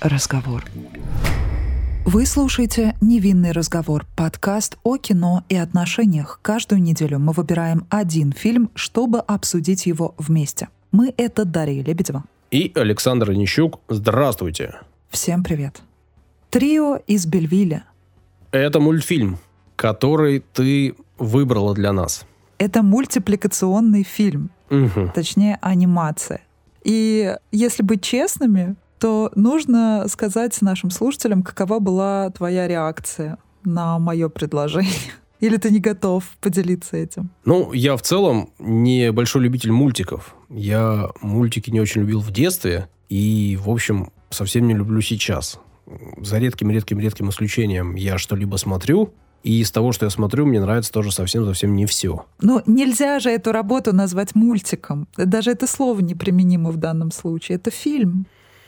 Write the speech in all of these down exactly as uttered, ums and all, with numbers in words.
разговор. Вы слушаете «Невинный разговор» — подкаст о кино и отношениях. Каждую неделю мы выбираем один фильм, чтобы обсудить его вместе. Мы — это Дарья Лебедева и Александр Онищук. Здравствуйте. Всем привет. «Трио из Бельвилля». Это мультфильм, который ты выбрала для нас. Это мультипликационный фильм, Угу. точнее анимация. И если быть честными, то нужно сказать нашим слушателям, какова была твоя реакция на мое предложение. Или ты не готов поделиться этим? Ну, я в целом не большой любитель мультиков. Я мультики не очень любил в детстве и, в общем, совсем не люблю сейчас. За редким-редким-редким исключением я что-либо смотрю, и из того, что я смотрю, мне нравится тоже совсем-совсем не все. Ну, нельзя же эту работу назвать мультиком. Даже это слово неприменимо в данном случае. Это фильм.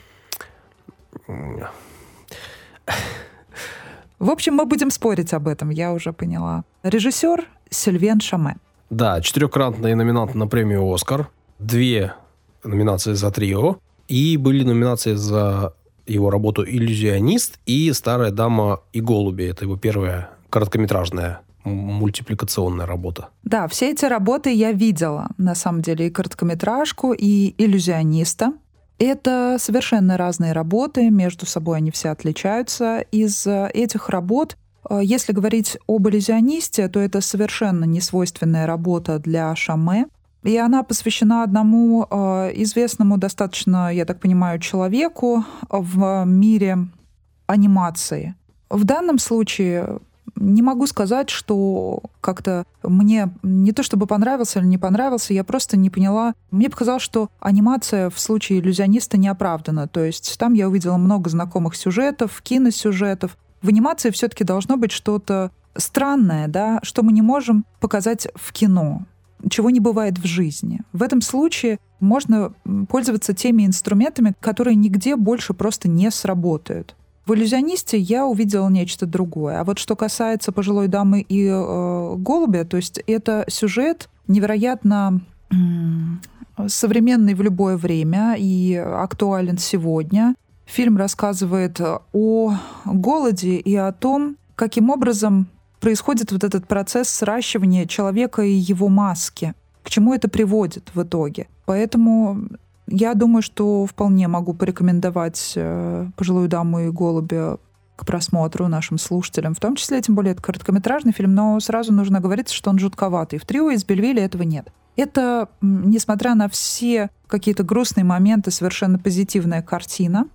В общем, мы будем спорить об этом, я уже поняла. Режиссер Сильвен Шаме. Да, четырехкратный номинант на премию «Оскар», две номинации за «Трио», и были номинации за его работу «Иллюзионист» и «Старая дама и голуби». Это его первая короткометражная мультипликационная работа. Да, все эти работы я видела, на самом деле, и короткометражку, и «Иллюзиониста». Это совершенно разные работы, между собой они все отличаются. Из этих работ, если говорить об «Иллюзионисте», то это совершенно несвойственная работа для Шаме. И она посвящена одному известному достаточно, я так понимаю, человеку в мире анимации. В данном случае не могу сказать, что как-то мне не то чтобы понравился или не понравился, я просто не поняла. Мне показалось, что анимация в случае «Иллюзиониста» не оправдана. То есть там я увидела много знакомых сюжетов, киносюжетов. В анимации все-таки должно быть что-то странное, да, что мы не можем показать в кино, чего не бывает в жизни. В этом случае можно пользоваться теми инструментами, которые нигде больше просто не сработают. В «Иллюзионисте» я увидела нечто другое. А вот что касается «Пожилой дамы и э, голубя», то есть это сюжет невероятно э, современный в любое время и актуален сегодня. Фильм рассказывает о голоде и о том, каким образом происходит вот этот процесс сращивания человека и его маски, к чему это приводит в итоге. Поэтому я думаю, что вполне могу порекомендовать «Пожилую даму и голубя» к просмотру нашим слушателям. В том числе, тем более, это короткометражный фильм, но сразу нужно говорить, что он жутковатый. В «Трио из Бельвилля» этого нет. Это, несмотря на все какие-то грустные моменты, совершенно позитивная картина,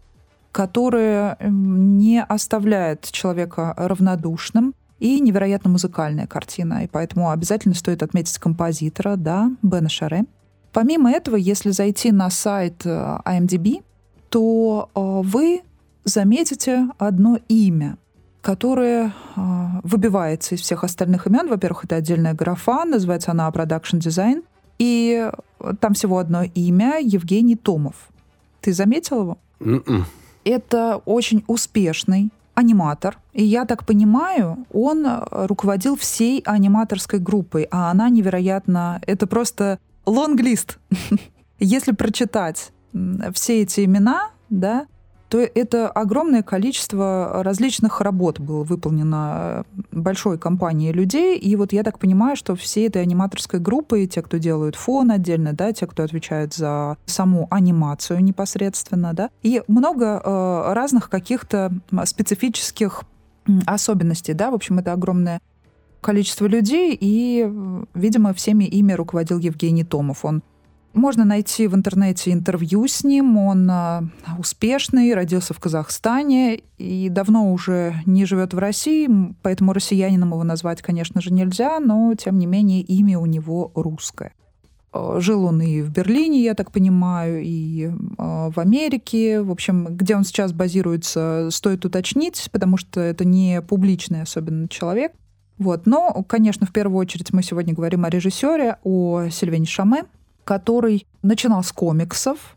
которая не оставляет человека равнодушным, и невероятно музыкальная картина. И поэтому обязательно стоит отметить композитора, да, Бена Шаре. Помимо этого, если зайти на сайт ай эм ди би, то вы заметите одно имя, которое выбивается из всех остальных имен. Во-первых, это отдельная графа, называется она Production Design, и там всего одно имя — Евгений Томов. Ты заметил его? Mm-mm. Это очень успешный аниматор. И я так понимаю, он руководил всей аниматорской группой, а она невероятно... Это просто лонглист. Если прочитать все эти имена, да, то это огромное количество различных работ было выполнено большой компанией людей. И вот я так понимаю, что все этой аниматорской группы, те, кто делают фон отдельно, да, те, кто отвечают за саму анимацию непосредственно, да, и много э, разных каких-то специфических особенностей, да, в общем, это огромное количество людей, и, видимо, всеми ими руководил Евгений Томов. Он Можно найти в интернете интервью с ним. Он э, успешный, родился в Казахстане и давно уже не живет в России, поэтому россиянином его назвать, конечно же, нельзя, но, тем не менее, имя у него русское. Жил он и в Берлине, я так понимаю, и э, в Америке. В общем, где он сейчас базируется, стоит уточнить, потому что это не публичный особенно человек. Вот. Но, конечно, в первую очередь мы сегодня говорим о режиссере, о Сильвене Шаме, который начинал с комиксов.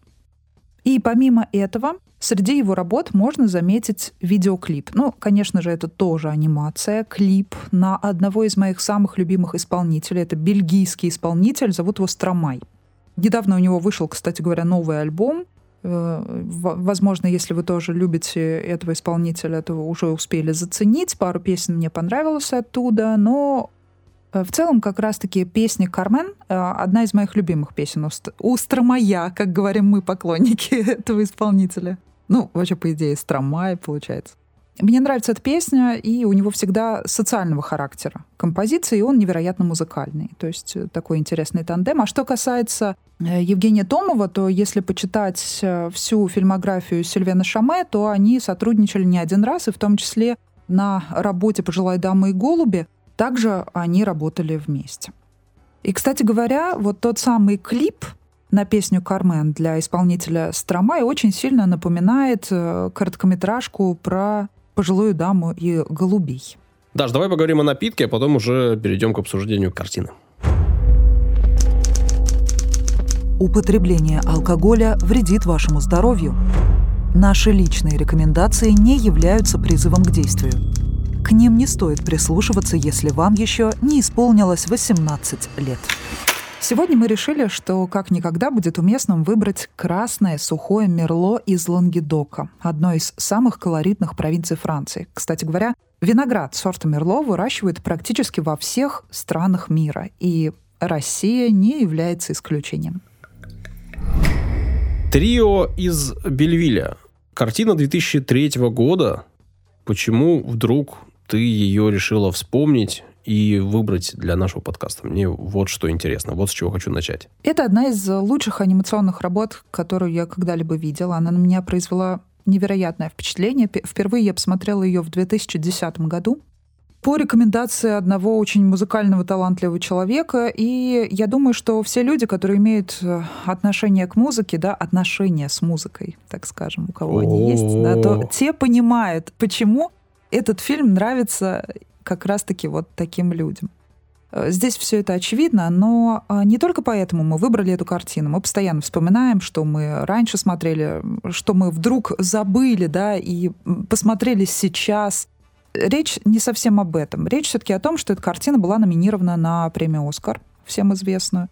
И помимо этого, среди его работ можно заметить видеоклип. Ну, конечно же, это тоже анимация, клип на одного из моих самых любимых исполнителей. Это бельгийский исполнитель, зовут его Стромай. Недавно у него вышел, кстати говоря, новый альбом. Возможно, если вы тоже любите этого исполнителя, то уже успели заценить. Пару песен мне понравилось оттуда, но в целом как раз-таки песня «Кармен» — одна из моих любимых песен у Стромая, как говорим мы, поклонники этого исполнителя. Ну, вообще, по идее, Стромай, получается. Мне нравится эта песня, и у него всегда социального характера композиция, и он невероятно музыкальный. То есть такой интересный тандем. А что касается Евгения Томова, то если почитать всю фильмографию Сильвена Шаме, то они сотрудничали не один раз, и в том числе на работе «Пожилая дама и голуби» также они работали вместе. И, кстати говоря, вот тот самый клип на песню «Кармен» для исполнителя Стромай очень сильно напоминает короткометражку про пожилую даму и голубей. Даш, давай поговорим о напитке, а потом уже перейдем к обсуждению картины. Употребление алкоголя вредит вашему здоровью. Наши личные рекомендации не являются призывом к действию. К ним не стоит прислушиваться, если вам еще не исполнилось восемнадцать лет. Сегодня мы решили, что как никогда будет уместным выбрать красное сухое мерло из Лангедока, одной из самых колоритных провинций Франции. Кстати говоря, виноград сорта мерло выращивают практически во всех странах мира, и Россия не является исключением. Трио из Бельвилля. Картина две тысячи третьего года. Почему вдруг ты ее решила вспомнить и выбрать для нашего подкаста? Мне вот что интересно, вот с чего хочу начать. Это одна из лучших анимационных работ, которую я когда-либо видела. Она на меня произвела невероятное впечатление. Впервые я посмотрела ее в две тысячи десятом году по рекомендации одного очень музыкального, талантливого человека. И я думаю, что все люди, которые имеют отношение к музыке, да, отношения с музыкой, так скажем, у кого они есть, да, то те понимают, почему этот фильм нравится как раз-таки вот таким людям. Здесь все это очевидно, но не только поэтому мы выбрали эту картину. Мы постоянно вспоминаем, что мы раньше смотрели, что мы вдруг забыли, да, и посмотрели сейчас. Речь не совсем об этом. Речь все-таки о том, что эта картина была номинирована на премию «Оскар», всем известную.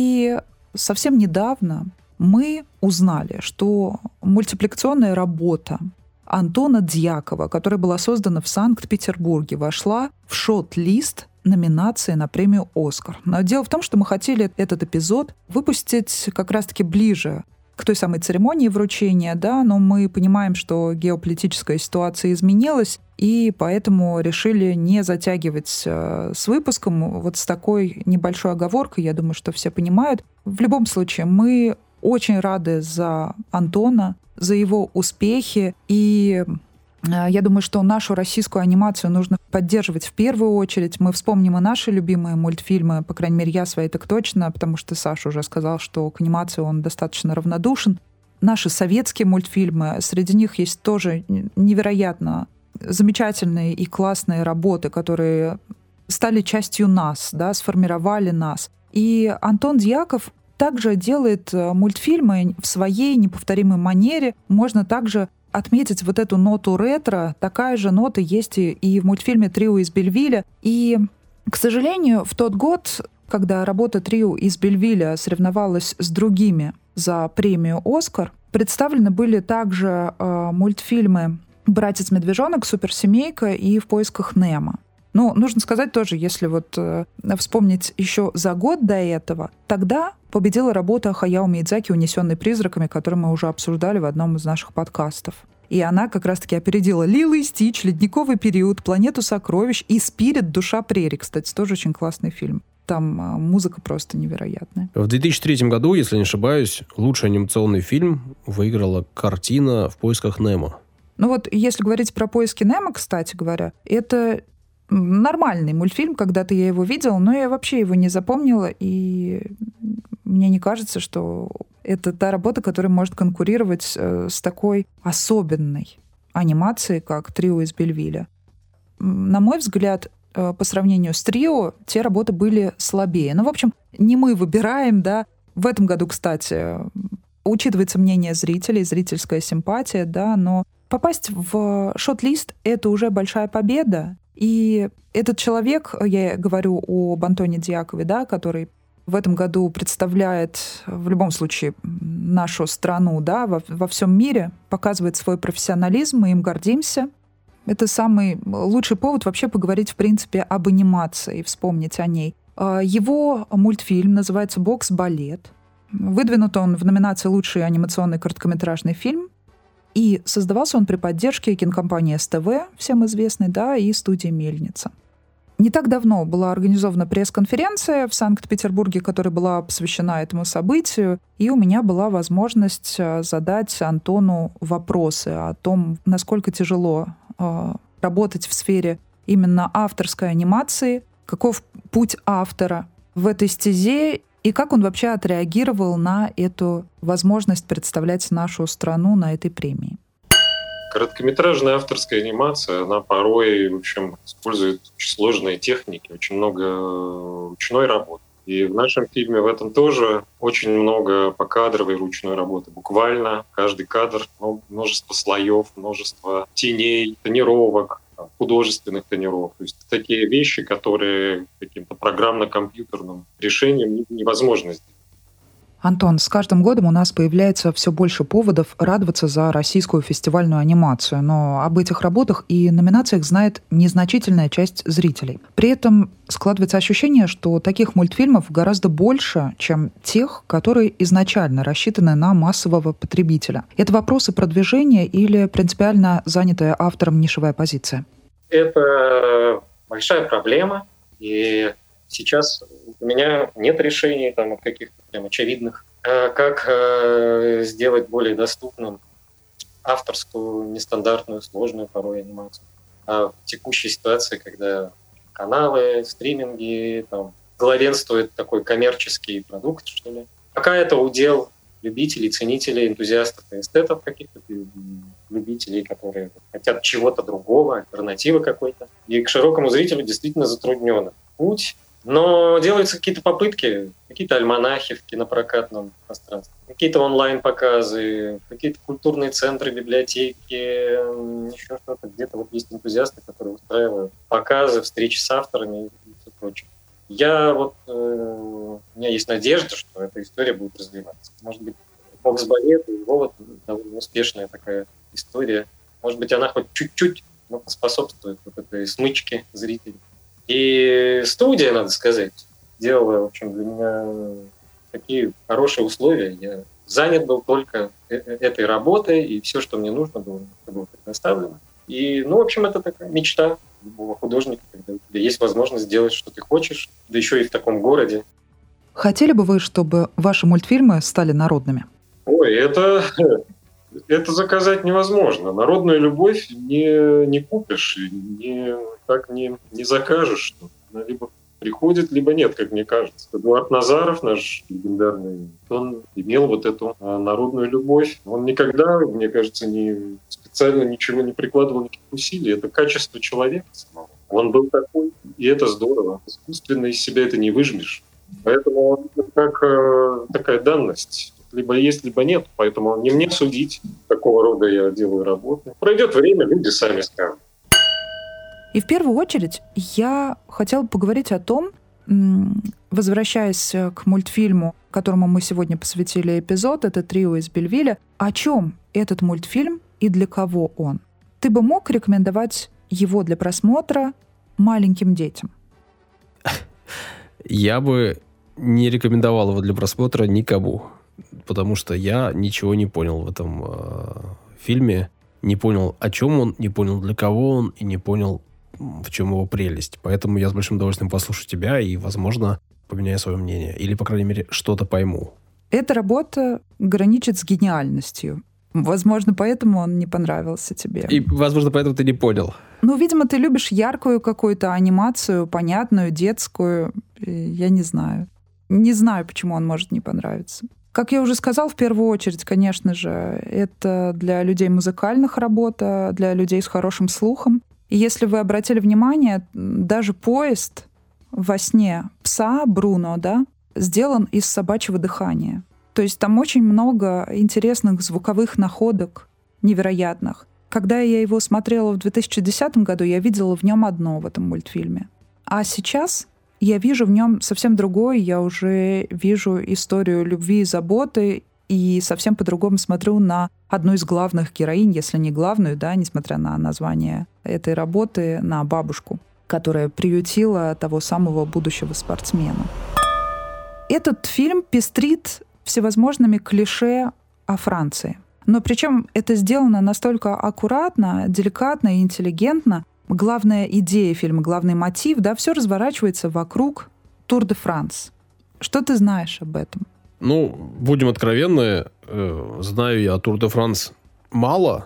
И совсем недавно мы узнали, что мультипликационная работа Антона Дьякова, которая была создана в Санкт-Петербурге, вошла в шорт-лист номинации на премию «Оскар». Но дело в том, что мы хотели этот эпизод выпустить как раз-таки ближе к той самой церемонии вручения, да, но мы понимаем, что геополитическая ситуация изменилась, и поэтому решили не затягивать э, с выпуском. Вот с такой небольшой оговоркой, я думаю, что все понимают. В любом случае, мы очень рады за Антона, за его успехи, и э, я думаю, что нашу российскую анимацию нужно поддерживать в первую очередь. Мы вспомним и наши любимые мультфильмы, по крайней мере, я свои так точно, потому что Саша уже сказал, что к анимации он достаточно равнодушен. Наши советские мультфильмы, среди них есть тоже невероятно замечательные и классные работы, которые стали частью нас, да, сформировали нас. И Антон Дьяков также делает мультфильмы в своей неповторимой манере. Можно также отметить вот эту ноту ретро. Такая же нота есть и в мультфильме «Трио из Бельвилля». И, к сожалению, в тот год, когда работа «Трио из Бельвилля» соревновалась с другими за премию «Оскар», представлены были также э, мультфильмы «Братец-медвежонок», «Суперсемейка» и «В поисках Немо». Ну, нужно сказать тоже, если вот э, вспомнить еще за год до этого, тогда победила работа Хаяо Миядзаки «Унесенный призраками», которую мы уже обсуждали в одном из наших подкастов. И она как раз-таки опередила «Лило и Стич», «Ледниковый период», «Планету сокровищ» и «Спирит. Душа прерий». Кстати, тоже очень классный фильм. Там э, музыка просто невероятная. В две тысячи третьем году, если не ошибаюсь, лучший анимационный фильм выиграла картина «В поисках Немо». Ну вот, если говорить про «Поиски Немо», кстати говоря, это нормальный мультфильм, когда-то я его видела, но я вообще его не запомнила, и мне не кажется, что это та работа, которая может конкурировать с такой особенной анимацией, как «Трио из Бельвилля». На мой взгляд, по сравнению с «Трио», те работы были слабее. Ну, в общем, не мы выбираем, да. В этом году, кстати, учитывается мнение зрителей, зрительская симпатия, да, но попасть в шорт-лист — это уже большая победа. И этот человек, я говорю об Антоне Дьякове, да, который в этом году представляет в любом случае нашу страну, да, во, во всем мире, показывает свой профессионализм, мы им гордимся. Это самый лучший повод вообще поговорить, в принципе, об анимации, вспомнить о ней. Его мультфильм называется «Бокс-балет». Выдвинут он в номинации «Лучший анимационный короткометражный фильм». И создавался он при поддержке кинокомпании эс тэ вэ, всем известной, да, и студии «Мельница». Не так давно была организована пресс-конференция в Санкт-Петербурге, которая была посвящена этому событию, и у меня была возможность задать Антону вопросы о том, насколько тяжело э, работать в сфере именно авторской анимации, каков путь автора в этой стезе, и как он вообще отреагировал на эту возможность представлять нашу страну на этой премии. Короткометражная авторская анимация, она порой, в общем, использует очень сложные техники, очень много ручной работы. И в нашем фильме в этом тоже очень много покадровой ручной работы. Буквально каждый кадр, множество слоев, множество теней, тонировок, художественных тонировок. То есть такие вещи, которые каким-то программно-компьютерным решением невозможно сделать. Антон, с каждым годом у нас появляется все больше поводов радоваться за российскую фестивальную анимацию, но об этих работах и номинациях знает незначительная часть зрителей. При этом складывается ощущение, что таких мультфильмов гораздо больше, чем тех, которые изначально рассчитаны на массового потребителя. Это вопросы продвижения или принципиально занятая автором нишевая позиция? Это большая проблема, и сейчас у меня нет решений там, каких-то прям очевидных, как э, сделать более доступным авторскую, нестандартную, сложную порой анимацию. А в текущей ситуации, когда каналы, стриминги, там, главенствует такой коммерческий продукт, что ли, пока это удел любителей, ценителей, энтузиастов и эстетов каких-то, любителей, которые хотят чего-то другого, альтернативы какой-то. И к широкому зрителю действительно затруднен путь. Но делаются какие-то попытки, какие-то альманахи в кинопрокатном пространстве, какие-то онлайн-показы, какие-то культурные центры, библиотеки, еще что-то. Где-то вот есть энтузиасты, которые устраивают показы, встречи с авторами и все прочее. Я вот, э, у меня есть надежда, что эта история будет развиваться. Может быть, бокс-балет, его вот довольно успешная такая история. Может быть, она хоть чуть-чуть способствует вот этой смычке зрителей. И студия, надо сказать, делала, в общем, для меня такие хорошие условия. Я занят был только этой работой, и все, что мне нужно было, было предоставлено. И, ну, в общем, это такая мечта любого художника, когда у тебя есть возможность сделать, что ты хочешь, да еще и в таком городе. Хотели бы вы, чтобы ваши мультфильмы стали народными? Ой, это... Это заказать невозможно. Народную любовь не, не купишь, не, так не, не закажешь. Она либо приходит, либо нет, как мне кажется. Эдуард Назаров, наш легендарный, он имел вот эту народную любовь. Он никогда, мне кажется, не, специально ничего не прикладывал, никаких усилий. Это качество человека самого. Он был такой, и это здорово. Искусственно из себя это не выжмешь. Поэтому это как э, такая данность. Либо есть, либо нет. Поэтому не мне судить, какого рода я делаю работы. Пройдет время, люди сами скажут. И в первую очередь я хотела поговорить о том, возвращаясь к мультфильму, которому мы сегодня посвятили эпизод, это «Трио из Бельвилля», о чем этот мультфильм и для кого он. Ты бы мог рекомендовать его для просмотра маленьким детям? Я бы не рекомендовал его для просмотра никому. Потому что я ничего не понял в этом э, фильме. Не понял, о чем он, не понял, для кого он, и не понял, в чем его прелесть. Поэтому я с большим удовольствием послушаю тебя и, возможно, поменяю свое мнение. Или, по крайней мере, что-то пойму. Эта работа граничит с гениальностью. Возможно, поэтому он не понравился тебе. И, возможно, поэтому ты не понял. Ну, видимо, ты любишь яркую какую-то анимацию, понятную, детскую. Я не знаю. Не знаю, почему он может не понравиться. Как я уже сказал, в первую очередь, конечно же, это для людей музыкальных работа, для людей с хорошим слухом. И если вы обратили внимание, даже поезд во сне пса Бруно, да, сделан из собачьего дыхания. То есть там очень много интересных звуковых находок, невероятных. Когда я его смотрела в две тысячи десятом году, я видела в нем одно в этом мультфильме. А сейчас я вижу в нем совсем другой, я уже вижу историю любви и заботы, и совсем по-другому смотрю на одну из главных героинь, если не главную, да, несмотря на название этой работы, на бабушку, которая приютила того самого будущего спортсмена. Этот фильм пестрит всевозможными клише о Франции. Но причем это сделано настолько аккуратно, деликатно и интеллигентно. Главная идея фильма, главный мотив, да, все разворачивается вокруг Тур де Франс. Что ты знаешь об этом? Ну, будем откровенны, э, знаю я о Тур де Франс мало.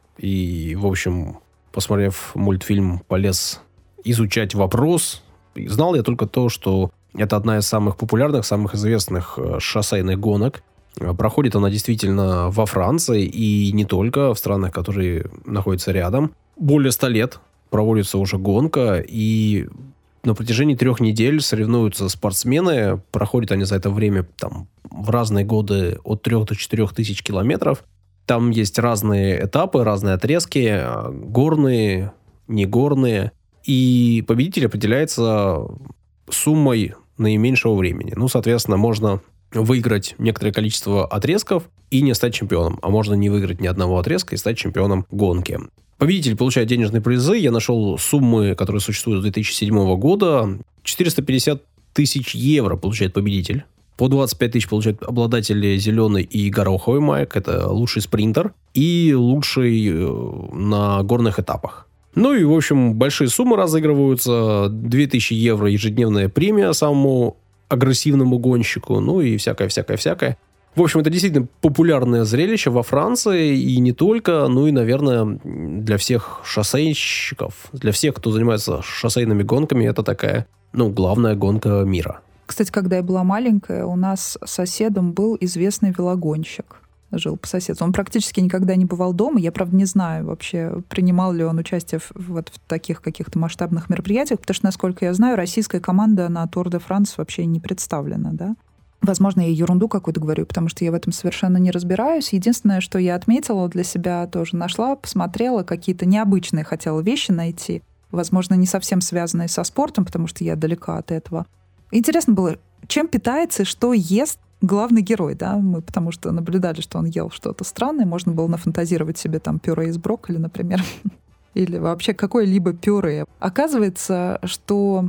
И, в общем, посмотрев мультфильм, полез изучать вопрос. Знал я только то, что это одна из самых популярных, самых известных шоссейных гонок. Проходит она действительно во Франции и не только в странах, которые находятся рядом. Более ста лет проводится уже гонка, и на протяжении трех недель соревнуются спортсмены. Проходят они за это время там, в разные годы от трех до четырех тысяч километров. Там есть разные этапы, разные отрезки, горные, негорные. И победитель определяется суммой наименьшего времени. Ну, соответственно, можно выиграть некоторое количество отрезков и не стать чемпионом. А можно не выиграть ни одного отрезка и стать чемпионом гонки. Победитель получает денежные призы. Я нашел суммы, которые существуют с две тысячи седьмого года. четыреста пятьдесят тысяч евро получает победитель. По двадцать пять тысяч получают обладатели зеленой и гороховой маек. Это лучший спринтер и лучший на горных этапах. Ну и, в общем, большие суммы разыгрываются. две тысячи евро ежедневная премия самому агрессивному гонщику. Ну и всякое-всякое-всякое. В общем, это действительно популярное зрелище во Франции, и не только, ну и, наверное, для всех шоссейщиков, для всех, кто занимается шоссейными гонками, это такая, ну, главная гонка мира. Кстати, когда я была маленькая, у нас соседом был известный велогонщик. Жил по соседству. Он практически никогда не бывал дома. Я, правда, не знаю вообще, принимал ли он участие в, вот, в таких каких-то масштабных мероприятиях, потому что, насколько я знаю, российская команда на Тур де Франс вообще не представлена, да? Возможно, я ерунду какую-то говорю, потому что я в этом совершенно не разбираюсь. Единственное, что я отметила для себя, тоже нашла, посмотрела, какие-то необычные хотела вещи найти, возможно, не совсем связанные со спортом, потому что я далека от этого. Интересно было, чем питается и что ест главный герой, да? Мы потому что наблюдали, что он ел что-то странное, можно было нафантазировать себе там пюре из брокколи, например, или вообще какое-либо пюре. Оказывается, что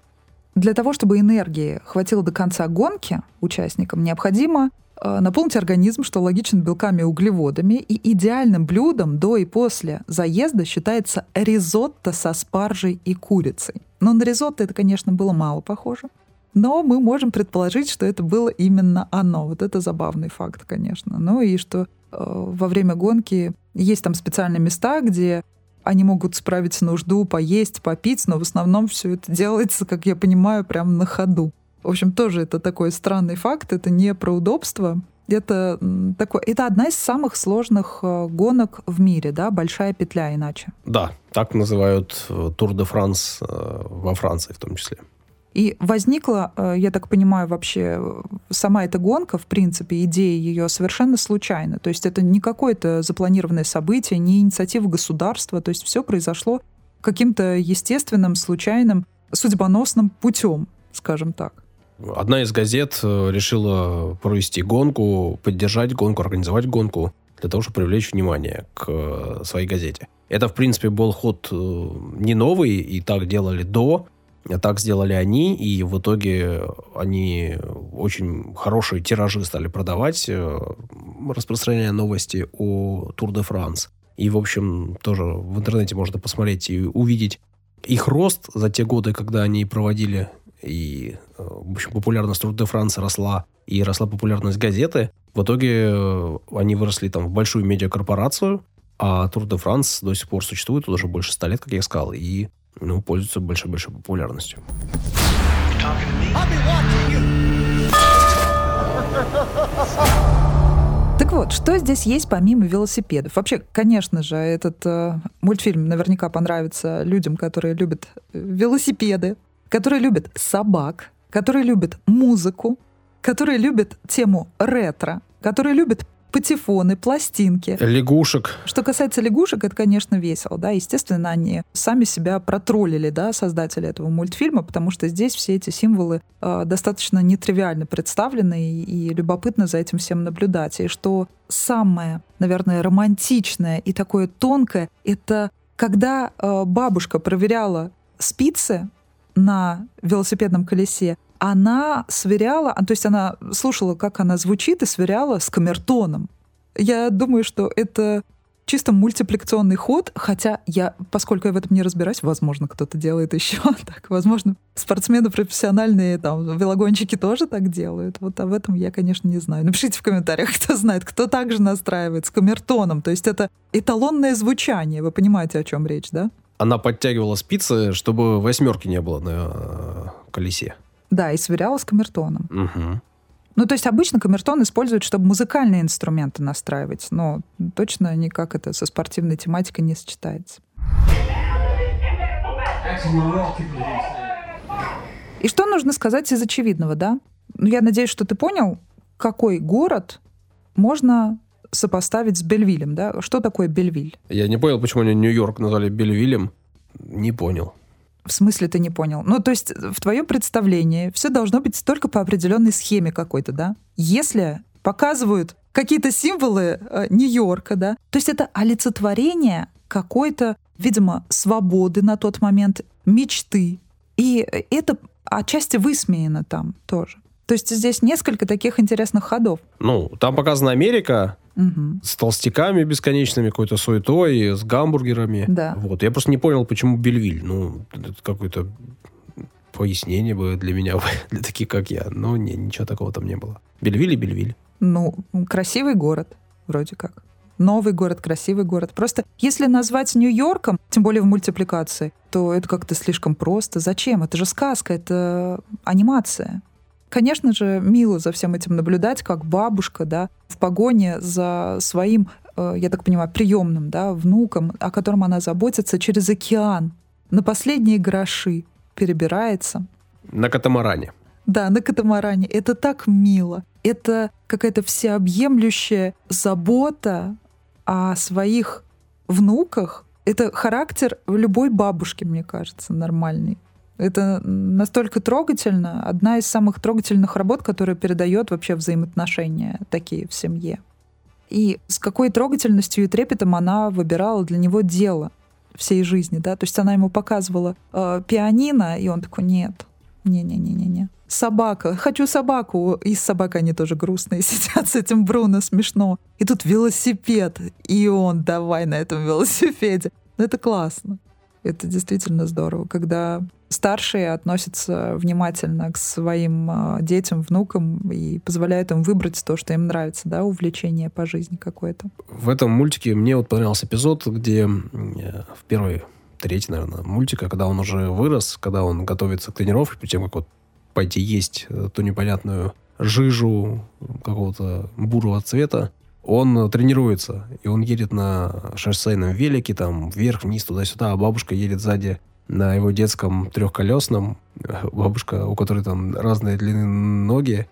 для того, чтобы энергии хватило до конца гонки участникам, необходимо э, наполнить организм, что логично, белками и углеводами. И идеальным блюдом до и после заезда считается ризотто со спаржей и курицей. Но на ризотто это, конечно, было мало похоже. Но мы можем предположить, что это было именно оно. Вот это забавный факт, конечно. Ну и что э, во время гонки есть там специальные места, где они могут справить нужду, поесть, попить, но в основном все это делается, как я понимаю, прямо на ходу. В общем, тоже это такой странный факт. Это не про удобство. Это, такой, это одна из самых сложных гонок в мире, да? Большая петля иначе. Да, так называют Тур де Франс во Франции в том числе. И возникла, я так понимаю, вообще сама эта гонка, в принципе, идея ее совершенно случайна. То есть это не какое-то запланированное событие, не инициатива государства. То есть все произошло каким-то естественным, случайным, судьбоносным путем, скажем так. Одна из газет решила провести гонку, поддержать гонку, организовать гонку для того, чтобы привлечь внимание к своей газете. Это, в принципе, был ход не новый, и так делали до. Так сделали они, и в итоге они очень хорошие тиражи стали продавать, распространяя новости о Тур де Франс. И, в общем, тоже в интернете можно посмотреть и увидеть их рост за те годы, когда они проводили. И, в общем, популярность Тур де Франс росла, и росла популярность газеты. В итоге они выросли там в большую медиакорпорацию, а Тур де Франс до сих пор существует уже больше ста лет, как я сказал, и ну, пользуется большой-большой популярностью. Так вот, что здесь есть помимо велосипедов? Вообще, конечно же, этот э, мультфильм наверняка понравится людям, которые любят велосипеды, которые любят собак, которые любят музыку, которые любят тему ретро, которые любят патефоны, пластинки. Лягушек. Что касается лягушек, это, конечно, весело, да. Естественно, они сами себя протроллили, да, создатели этого мультфильма, потому что здесь все эти символы э, достаточно нетривиально представлены, и, и любопытно за этим всем наблюдать. И что самое, наверное, романтичное и такое тонкое, это когда э, бабушка проверяла спицы на велосипедном колесе, она сверяла, то есть она слушала, как она звучит, и сверяла с камертоном. Я думаю, что это чисто мультипликационный ход, хотя я, поскольку я в этом не разбираюсь, возможно, кто-то делает еще так, возможно, спортсмены профессиональные, там, велогонщики тоже так делают. Вот об этом я, конечно, не знаю. Напишите в комментариях, кто знает, кто также настраивает с камертоном. То есть это эталонное звучание, вы понимаете, о чем речь, да? Она подтягивала спицы, чтобы восьмерки не было на колесе. Да, и сверяла с камертоном. Угу. Ну, то есть обычно камертон используют, чтобы музыкальные инструменты настраивать, но точно никак это со спортивной тематикой не сочетается. И что нужно сказать из очевидного, да? Ну, я надеюсь, что ты понял, какой город можно сопоставить с Бельвилем, да? Что такое Бельвиль? Я не понял, почему они Нью-Йорк назвали Бельвилем. Не понял. В смысле ты не понял? Ну, то есть в твоем представлении все должно быть только по определенной схеме какой-то, да? Если показывают какие-то символы э, Нью-Йорка, да, то есть это олицетворение какой-то, видимо, свободы на тот момент, мечты. И это отчасти высмеяно там тоже. То есть здесь несколько таких интересных ходов. Ну, там показана Америка, угу. с толстяками бесконечными, какой-то суетой, с гамбургерами. Да. Вот. Я просто не понял, почему Бельвиль. Ну, это какое-то пояснение бы для меня, для таких, как я. Но не, ничего такого там не было. Бельвиль и Бельвиль. Ну, красивый город, вроде как. Новый город, красивый город. Просто если назвать Нью-Йорком, тем более в мультипликации, то это как-то слишком просто. Зачем? Это же сказка, это анимация. Конечно же, мило за всем этим наблюдать, как бабушка, да, в погоне за своим, э, я так понимаю, приемным, да, внуком, о котором она заботится, через океан, на последние гроши перебирается. На катамаране. Да, на катамаране. Это так мило. Это какая-то всеобъемлющая забота о своих внуках. Это характер любой бабушки, мне кажется, нормальный. Это настолько трогательно. Одна из самых трогательных работ, которая передает вообще взаимоотношения такие в семье. И с какой трогательностью и трепетом она выбирала для него дело всей жизни, да? То есть она ему показывала э, пианино, и он такой: нет, не-не-не-не-не. Собака, хочу собаку. И с собакой они тоже грустные сидят с этим Бруно, смешно. И тут велосипед, и он давай на этом велосипеде. Ну, это классно. Это действительно здорово, когда старшие относятся внимательно к своим э, детям, внукам и позволяют им выбрать то, что им нравится, да, увлечение по жизни какое-то. В этом мультике мне вот понравился эпизод, где в первой, третьей, наверное, мультика, когда он уже вырос, когда он готовится к тренировке, перед тем, как вот пойти есть ту непонятную жижу какого-то бурого цвета, он тренируется, и он едет на шоссейном велике, там, вверх-вниз, туда-сюда, а бабушка едет сзади на его детском трехколесном. Бабушка, у которой там разные длины ноги,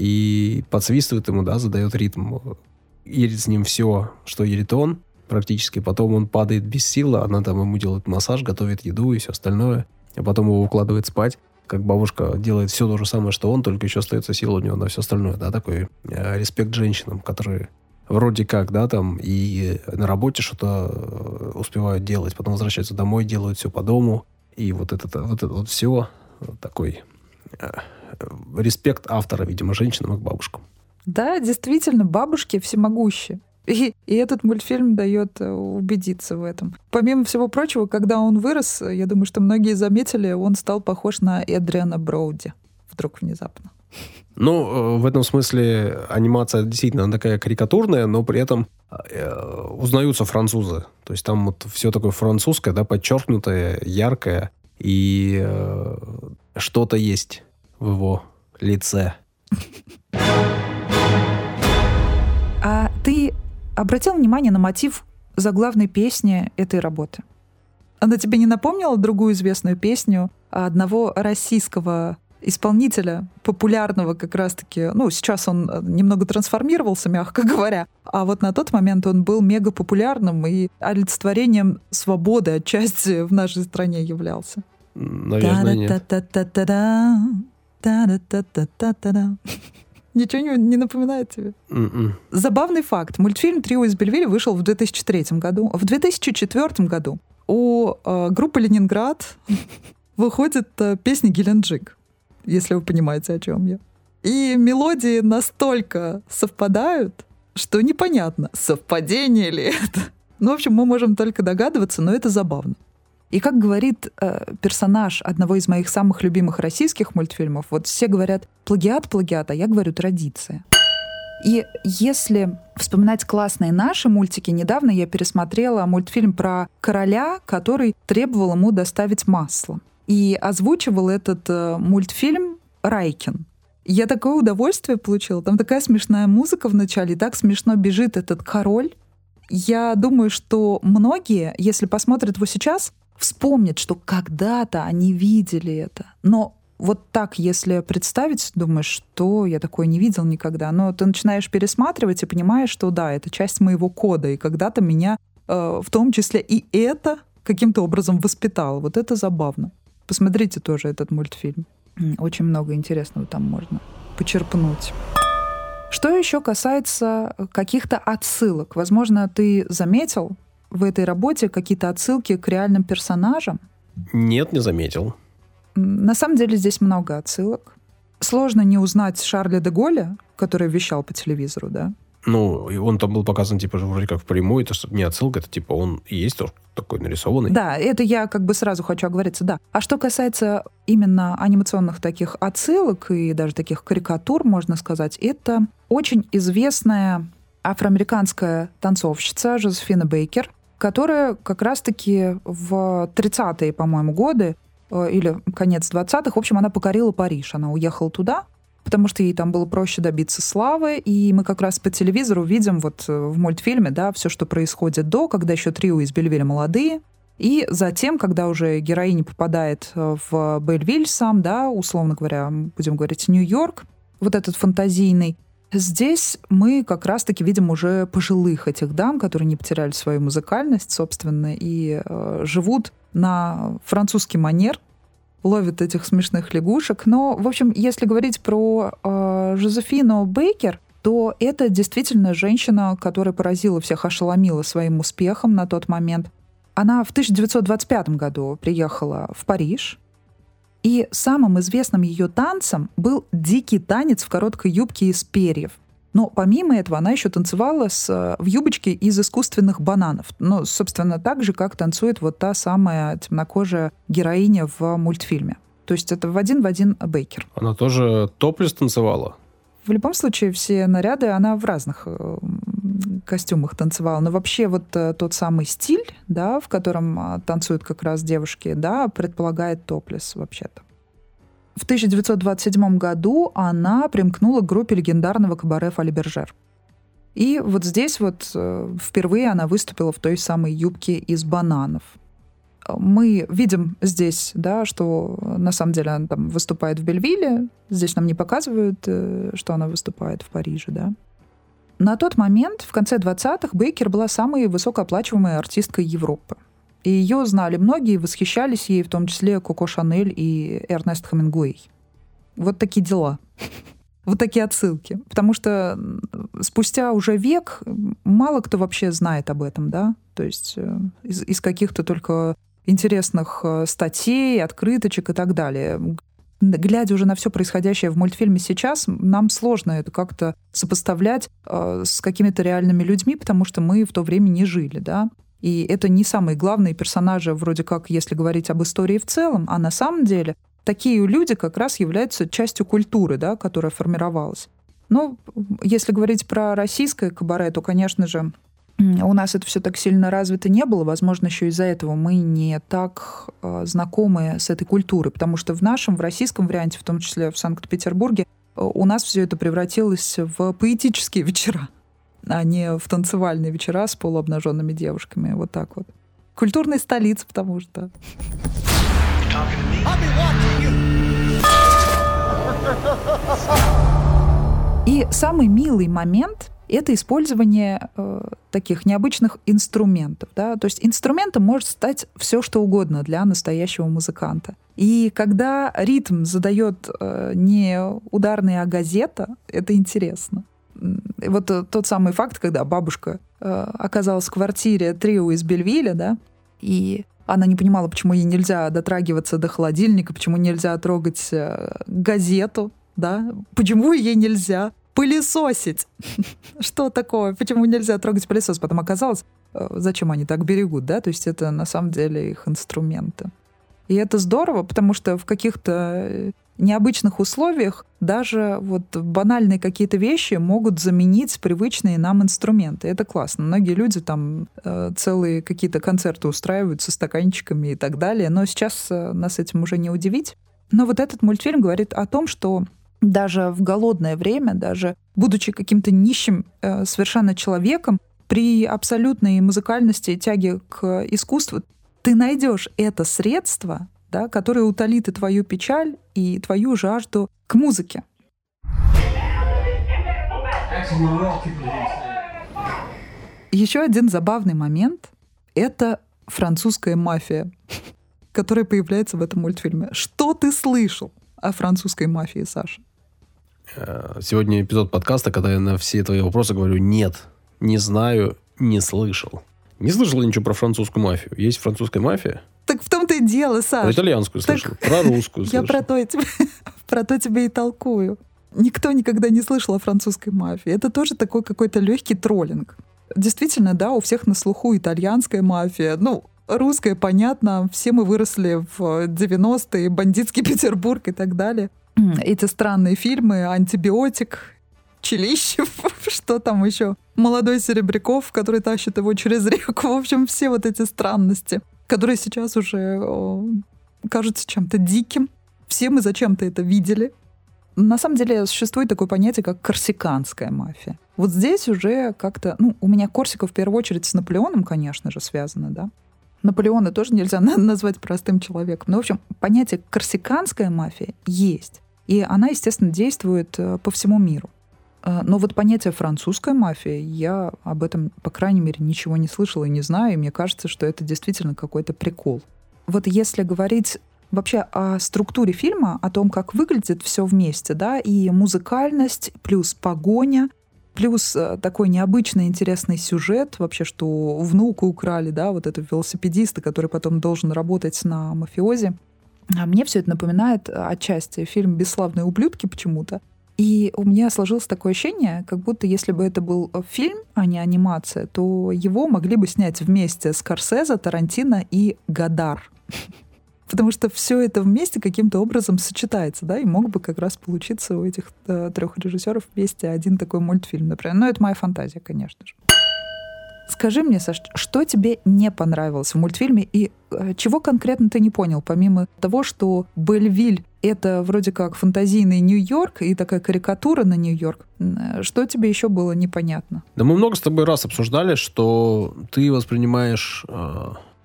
и подсвистывает ему, да, задает ритм. Едет с ним все, что едет он, практически. Потом он падает без сил, она там ему делает массаж, готовит еду и все остальное. А потом его укладывает спать. Как бабушка делает все то же самое, что он, только еще остается сила у него на все остальное. Да, такой э, респект женщинам, которые вроде как, да, там и на работе что-то успевают делать, потом возвращаются домой, делают все по дому. И вот это вот, это вот все такой э, респект автора, видимо, женщинам и к бабушкам. Да, действительно, бабушки всемогущие. И, и этот мультфильм дает убедиться в этом. Помимо всего прочего, когда он вырос, я думаю, что многие заметили, он стал похож на Эдриана Броуди. Вдруг внезапно. Ну, в этом смысле анимация действительно она такая карикатурная, но при этом э, узнаются французы. То есть там вот все такое французское, да, подчеркнутое, яркое, и э, что-то есть в его лице. А ты обратил внимание на мотив заглавной песни этой работы? Она тебе не напомнила другую известную песню одного российского исполнителя популярного как раз-таки, ну, сейчас он немного трансформировался, мягко говоря, а вот на тот момент он был мега популярным и олицетворением свободы отчасти в нашей стране являлся. Наверное, нет. Ничего не, не напоминает тебе? Mm-mm. Забавный факт. Мультфильм «Трио из Бельвилля» вышел в две тысячи третьем году. В две тысячи четвёртом году у э, группы «Ленинград» выходит э, песня «Геленджик», если вы понимаете, о чем я. И мелодии настолько совпадают, что непонятно, совпадение ли это. Ну, в общем, мы можем только догадываться, но это забавно. И как говорит э, персонаж одного из моих самых любимых российских мультфильмов, вот все говорят «плагиат, плагиат», а я говорю «традиция». И если вспоминать классные наши мультики, недавно я пересмотрела мультфильм про короля, который требовал ему доставить масло. И озвучивал этот э, мультфильм Райкин. Я такое удовольствие получила. Там такая смешная музыка в начале, и так смешно бежит этот король. Я думаю, что многие, если посмотрят его сейчас, вспомнят, что когда-то они видели это. Но вот так, если представить, думаешь, что я такое не видел никогда. Но ты начинаешь пересматривать и понимаешь, что да, это часть моего кода. И когда-то меня э, в том числе и это каким-то образом воспитало. Вот это забавно. Посмотрите тоже этот мультфильм. Очень много интересного там можно почерпнуть. Что еще касается каких-то отсылок? Возможно, ты заметил в этой работе какие-то отсылки к реальным персонажам? Нет, не заметил. На самом деле здесь много отсылок. Сложно не узнать Шарля де Голля, который вещал по телевизору, да? Ну, и он там был показан, типа, вроде как впрямую, это не отсылка, это, типа, он и есть тоже такой нарисованный. Да, это я как бы сразу хочу оговориться, да. А что касается именно анимационных таких отсылок и даже таких карикатур, можно сказать, это очень известная афроамериканская танцовщица Жозефина Бейкер, которая как раз-таки в тридцатые, по-моему, годы или конец двадцатых, в общем, она покорила Париж. Она уехала туда, потому что ей там было проще добиться славы, и мы как раз по телевизору видим вот в мультфильме, да, все, что происходит до, когда еще трио из Бельвилля молодые, и затем, когда уже героиня попадает в Бельвиль сам, да, условно говоря, будем говорить, Нью-Йорк, вот этот фантазийный, здесь мы как раз-таки видим уже пожилых этих дам, которые не потеряли свою музыкальность, собственно, и э, живут на французский манер, ловят этих смешных лягушек. Но, в общем, если говорить про э, Жозефину Бейкер, то это действительно женщина, которая поразила всех, ошеломила своим успехом на тот момент. Она в тысяча девятьсот двадцать пятом году приехала в Париж, и самым известным ее танцем был дикий танец в короткой юбке из перьев. Но помимо этого она еще танцевала с, в юбочке из искусственных бананов. Ну, собственно, так же, как танцует вот та самая темнокожая героиня в мультфильме. То есть это в один в один Бейкер. Она тоже топлес танцевала? В любом случае, все наряды она в разных э, костюмах танцевала. Но вообще вот э, тот самый стиль, да, в котором э, танцуют как раз девушки, да, предполагает топлес вообще-то. В тысяча девятьсот двадцать седьмом году она примкнула к группе легендарного кабаре «Фоли Бержер». И вот здесь вот э, впервые она выступила в той самой юбке из бананов. Мы видим здесь, да, что на самом деле она там выступает в Бельвилле. Здесь нам не показывают, э, что она выступает в Париже, да. На тот момент, в конце двадцатых, Бейкер была самой высокооплачиваемой артисткой Европы. И ее знали многие, восхищались ей, в том числе Коко Шанель и Эрнест Хемингуэй. Вот такие дела. Вот такие отсылки. Потому что спустя уже век мало кто вообще знает об этом, да? То есть из, из каких-то только интересных статей, открыточек и так далее. Глядя уже на все происходящее в мультфильме сейчас, нам сложно это как-то сопоставлять э, с какими-то реальными людьми, потому что мы в то время не жили, да? И это не самые главные персонажи, вроде как, если говорить об истории в целом, а на самом деле такие люди как раз являются частью культуры, да, которая формировалась. Но если говорить про российское кабаре, то, конечно же, у нас это все так сильно развито не было. Возможно, еще из-за этого мы не так э, знакомы с этой культурой, потому что в нашем, в российском варианте, в том числе в Санкт-Петербурге, у нас все это превратилось в поэтические вечера, а не в танцевальные вечера с полуобнаженными девушками. Вот так вот. Культурная столица, потому что... И самый милый момент — это использование э, таких необычных инструментов. Да? То есть инструментом может стать все, что угодно для настоящего музыканта. И когда ритм задает э, не ударная, а газета, это интересно. И вот э, тот самый факт, когда бабушка э, оказалась в квартире трио из Бельвилля, да, и она не понимала, почему ей нельзя дотрагиваться до холодильника, почему нельзя трогать э, газету, да, почему ей нельзя пылесосить. Что такое? Почему нельзя трогать пылесос? Потом оказалось, зачем они так берегут, да? То есть это на самом деле их инструменты. И это здорово, потому что в каких-то необычных условиях даже вот банальные какие-то вещи могут заменить привычные нам инструменты. Это классно. Многие люди там э, целые какие-то концерты устраивают со стаканчиками и так далее, но сейчас э, нас этим уже не удивить. Но вот этот мультфильм говорит о том, что даже в голодное время, даже будучи каким-то нищим э, совершенно человеком, при абсолютной музыкальности и тяге к искусству, ты найдешь это средство, да, которое утолит и твою печаль, и твою жажду к музыке. Еще один забавный момент — это французская мафия, которая появляется в этом мультфильме. Что ты слышал о французской мафии, Саша? Сегодня эпизод подкаста, когда я на все твои вопросы говорю «нет, не знаю, не слышал». Не слышал ничего про французскую мафию. Есть французская мафия? Так в том-то и дело, Саша. Про итальянскую так... слышал, про русскую слышал. Я про то, тебе, про то тебе и толкую. Никто никогда не слышал о французской мафии. Это тоже такой какой-то легкий троллинг. Действительно, да, у всех на слуху итальянская мафия. Ну, русская, понятно. Все мы выросли в девяностые, бандитский Петербург и так далее. Эти странные фильмы «Антибиотик», Челищев, что там еще, молодой Серебряков, который тащит его через реку. В общем, все вот эти странности, которые сейчас уже о, кажутся чем-то диким. Все мы зачем-то это видели. На самом деле существует такое понятие, как корсиканская мафия. Вот здесь уже как-то... Ну, у меня Корсика в первую очередь с Наполеоном, конечно же, связано, да. Наполеона тоже нельзя назвать простым человеком. Но, в общем, понятие корсиканская мафия есть. И она, естественно, действует по всему миру. Но вот понятие французская мафия, я об этом, по крайней мере, ничего не слышала и не знаю, и мне кажется, что это действительно какой-то прикол. Вот если говорить вообще о структуре фильма, о том, как выглядит все вместе, да, и музыкальность, плюс погоня, плюс такой необычный интересный сюжет, вообще, что внука украли, да, вот этого велосипедиста, который потом должен работать на мафиози. А мне все это напоминает отчасти фильм «Бесславные ублюдки» почему-то. И у меня сложилось такое ощущение, как будто если бы это был фильм, а не анимация, то его могли бы снять вместе Скорсезе, Тарантино и Годар. Потому что все это вместе каким-то образом сочетается, да, и мог бы как раз получиться у этих э, трех режиссеров вместе один такой мультфильм, например. Но это моя фантазия, конечно же. Скажи мне, Саш, что тебе не понравилось в мультфильме и э, чего конкретно ты не понял, помимо того, что Бельвиль — это вроде как фантазийный Нью-Йорк и такая карикатура на Нью-Йорк. Что тебе еще было непонятно? Да мы много с тобой раз обсуждали, что ты воспринимаешь э,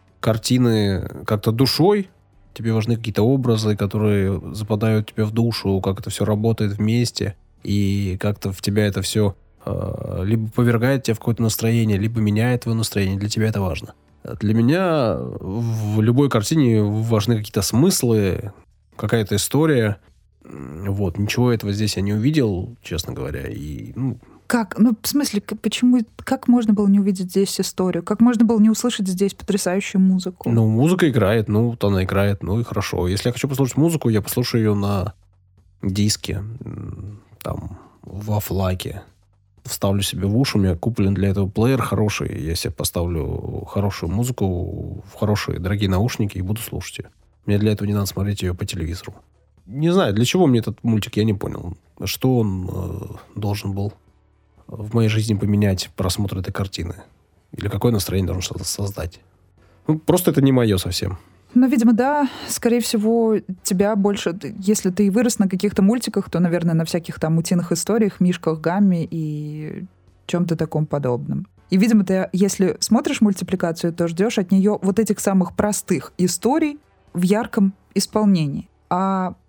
картины как-то душой, тебе важны какие-то образы, которые западают тебе в душу, как это все работает вместе, и как-то в тебя это все либо повергает тебя в какое-то настроение, либо меняет твое настроение. Для тебя это важно. Для меня в любой картине важны какие-то смыслы, какая-то история. Вот. Ничего этого здесь я не увидел, честно говоря. И, ну... Как? Ну, в смысле, почему? Как можно было не увидеть здесь историю? Как можно было не услышать здесь потрясающую музыку? Ну, музыка играет, ну, вот она играет, ну и хорошо. Если я хочу послушать музыку, я послушаю ее на диске, там, во флаке. Вставлю себе в уши, у меня куплен для этого плеер хороший, я себе поставлю хорошую музыку в хорошие дорогие наушники и буду слушать ее. Мне для этого не надо смотреть ее по телевизору. Не знаю, для чего мне этот мультик, я не понял. Что он э, должен был в моей жизни поменять просмотр этой картины? Или какое настроение должен что-то создать? Ну, просто это не мое совсем. Ну, видимо, да. Скорее всего, тебя больше... Если ты вырос на каких-то мультиках, то, наверное, на всяких там утиных историях, Мишках Гамми и чем-то таком подобном. И, видимо, ты, если смотришь мультипликацию, то ждешь от нее вот этих самых простых историй в ярком исполнении. А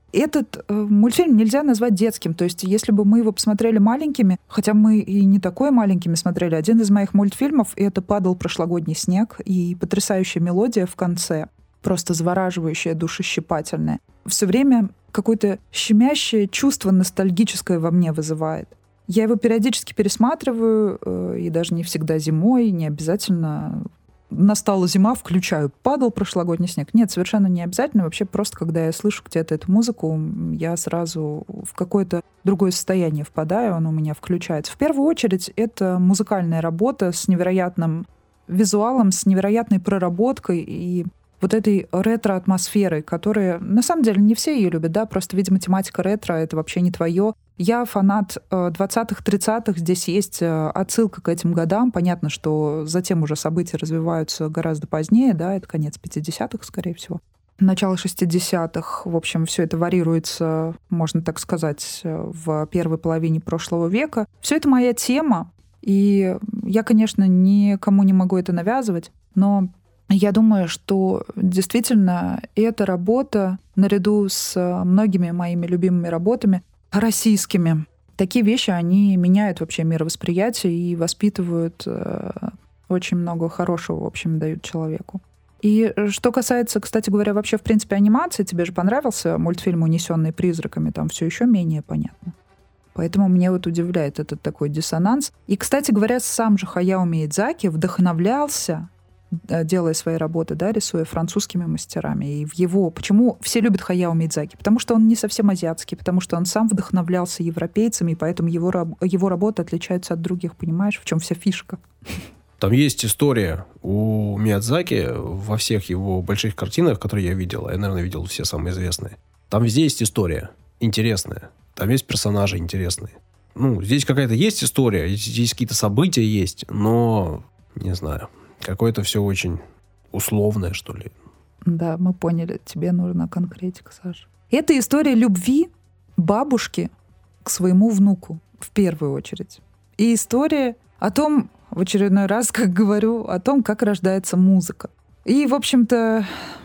Этот э, мультфильм нельзя назвать детским. То есть если бы мы его посмотрели маленькими, хотя мы и не такой маленькими смотрели, один из моих мультфильмов — это «Падал прошлогодний снег», и потрясающая мелодия в конце, просто завораживающая, душещипательная. Все время какое-то щемящее чувство ностальгическое во мне вызывает. Я его периодически пересматриваю, э, и даже не всегда зимой, не обязательно... Настала зима, включаю, падал прошлогодний снег. Нет, совершенно не обязательно. Вообще просто, когда я слышу где-то эту музыку, я сразу в какое-то другое состояние впадаю, оно у меня включается. В первую очередь, это музыкальная работа с невероятным визуалом, с невероятной проработкой и вот этой ретро-атмосферой, которая, на самом деле, не все ее любят, да, просто, видимо, тематика ретро — это вообще не твое. Я фанат двадцатых-тридцатых, здесь есть отсылка к этим годам. Понятно, что затем уже события развиваются гораздо позднее, да, это конец пятидесятых, скорее всего. Начало шестидесятых, в общем, все это варьируется, можно так сказать, в первой половине прошлого века. Все это моя тема, и я, конечно, никому не могу это навязывать, но я думаю, что действительно эта работа, наряду с многими моими любимыми работами, российскими, такие вещи, они меняют вообще мировосприятие и воспитывают э, очень много хорошего, в общем, дают человеку. И что касается, кстати говоря, вообще, в принципе, анимации, тебе же понравился мультфильм «Унесенный призраками», там все еще менее понятно. Поэтому меня вот удивляет этот такой диссонанс. И, кстати говоря, сам же Хаяо Миядзаки вдохновлялся, делая свои работы, да, рисуя французскими мастерами. И в его... Почему все любят Хаяо Миядзаки? Потому что он не совсем азиатский, потому что он сам вдохновлялся европейцами, и поэтому его, его работы отличаются от других. Понимаешь, в чем вся фишка? Там есть история у Миядзаки во всех его больших картинах, которые я видел, я, наверное, видел все самые известные. Там везде есть история интересная. Там есть персонажи интересные. Ну, здесь какая-то есть история, здесь какие-то события есть, но не знаю... Какое-то все очень условное, что ли. Да, мы поняли. Тебе нужна конкретика, Саша. Это история любви бабушки к своему внуку, в первую очередь. И история о том, в очередной раз, как говорю, о том, как рождается музыка. И, в общем-то,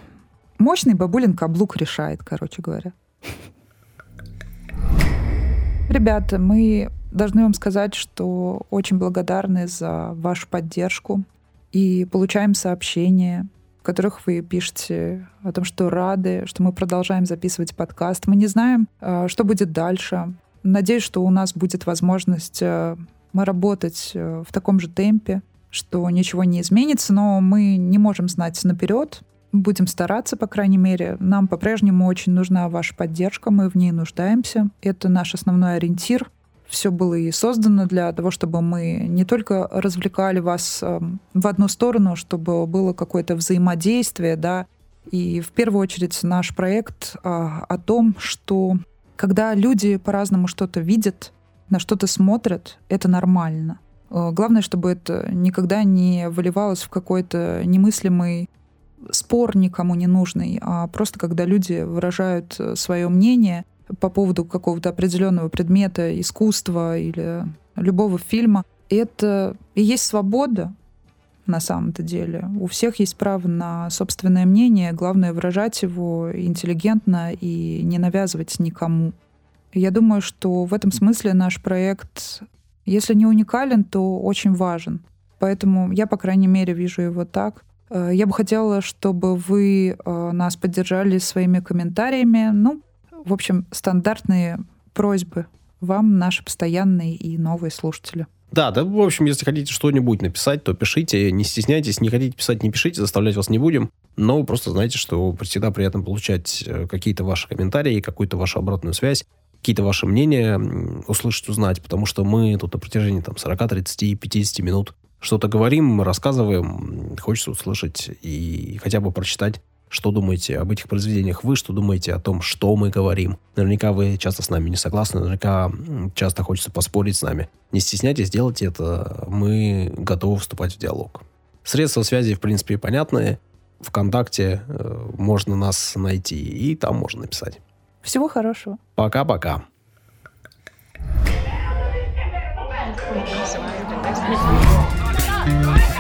мощный бабулин каблук решает, короче говоря. Ребята, мы должны вам сказать, что очень благодарны за вашу поддержку. И получаем сообщения, в которых вы пишете о том, что рады, что мы продолжаем записывать подкаст. Мы не знаем, что будет дальше. Надеюсь, что у нас будет возможность работать в таком же темпе, что ничего не изменится, но мы не можем знать наперед. Будем стараться, по крайней мере. Нам по-прежнему очень нужна ваша поддержка, мы в ней нуждаемся. Это наш основной ориентир. Все было и создано для того, чтобы мы не только развлекали вас э, в одну сторону, чтобы было какое-то взаимодействие, да, и в первую очередь наш проект э, о том, что когда люди по-разному что-то видят, на что-то смотрят, это нормально. Э, главное, чтобы это никогда не выливалось в какой-то немыслимый спор никому не нужный, а просто когда люди выражают свое мнение по поводу какого-то определенного предмета, искусства или любого фильма, это и есть свобода на самом-то деле. У всех есть право на собственное мнение, главное выражать его интеллигентно и не навязывать никому. Я думаю, что в этом смысле наш проект, если не уникален, то очень важен. Поэтому я, по крайней мере, вижу его так. Я бы хотела, чтобы вы нас поддержали своими комментариями. Ну, в общем, стандартные просьбы вам, наши постоянные и новые слушатели. Да, да, в общем, если хотите что-нибудь написать, то пишите, не стесняйтесь, не хотите писать, не пишите, заставлять вас не будем, но просто знайте, что всегда приятно получать какие-то ваши комментарии, какую-то вашу обратную связь, какие-то ваши мнения услышать, узнать, потому что мы тут на протяжении там, сорок, тридцать, пятьдесят минут что-то говорим, рассказываем, хочется услышать и хотя бы прочитать, что думаете об этих произведениях вы, что думаете о том, что мы говорим. Наверняка вы часто с нами не согласны, наверняка часто хочется поспорить с нами. Не стесняйтесь, делайте это, мы готовы вступать в диалог. Средства связи, в принципе, понятные. ВКонтакте э, можно нас найти, и там можно написать. Всего хорошего. Пока-пока. Thank you.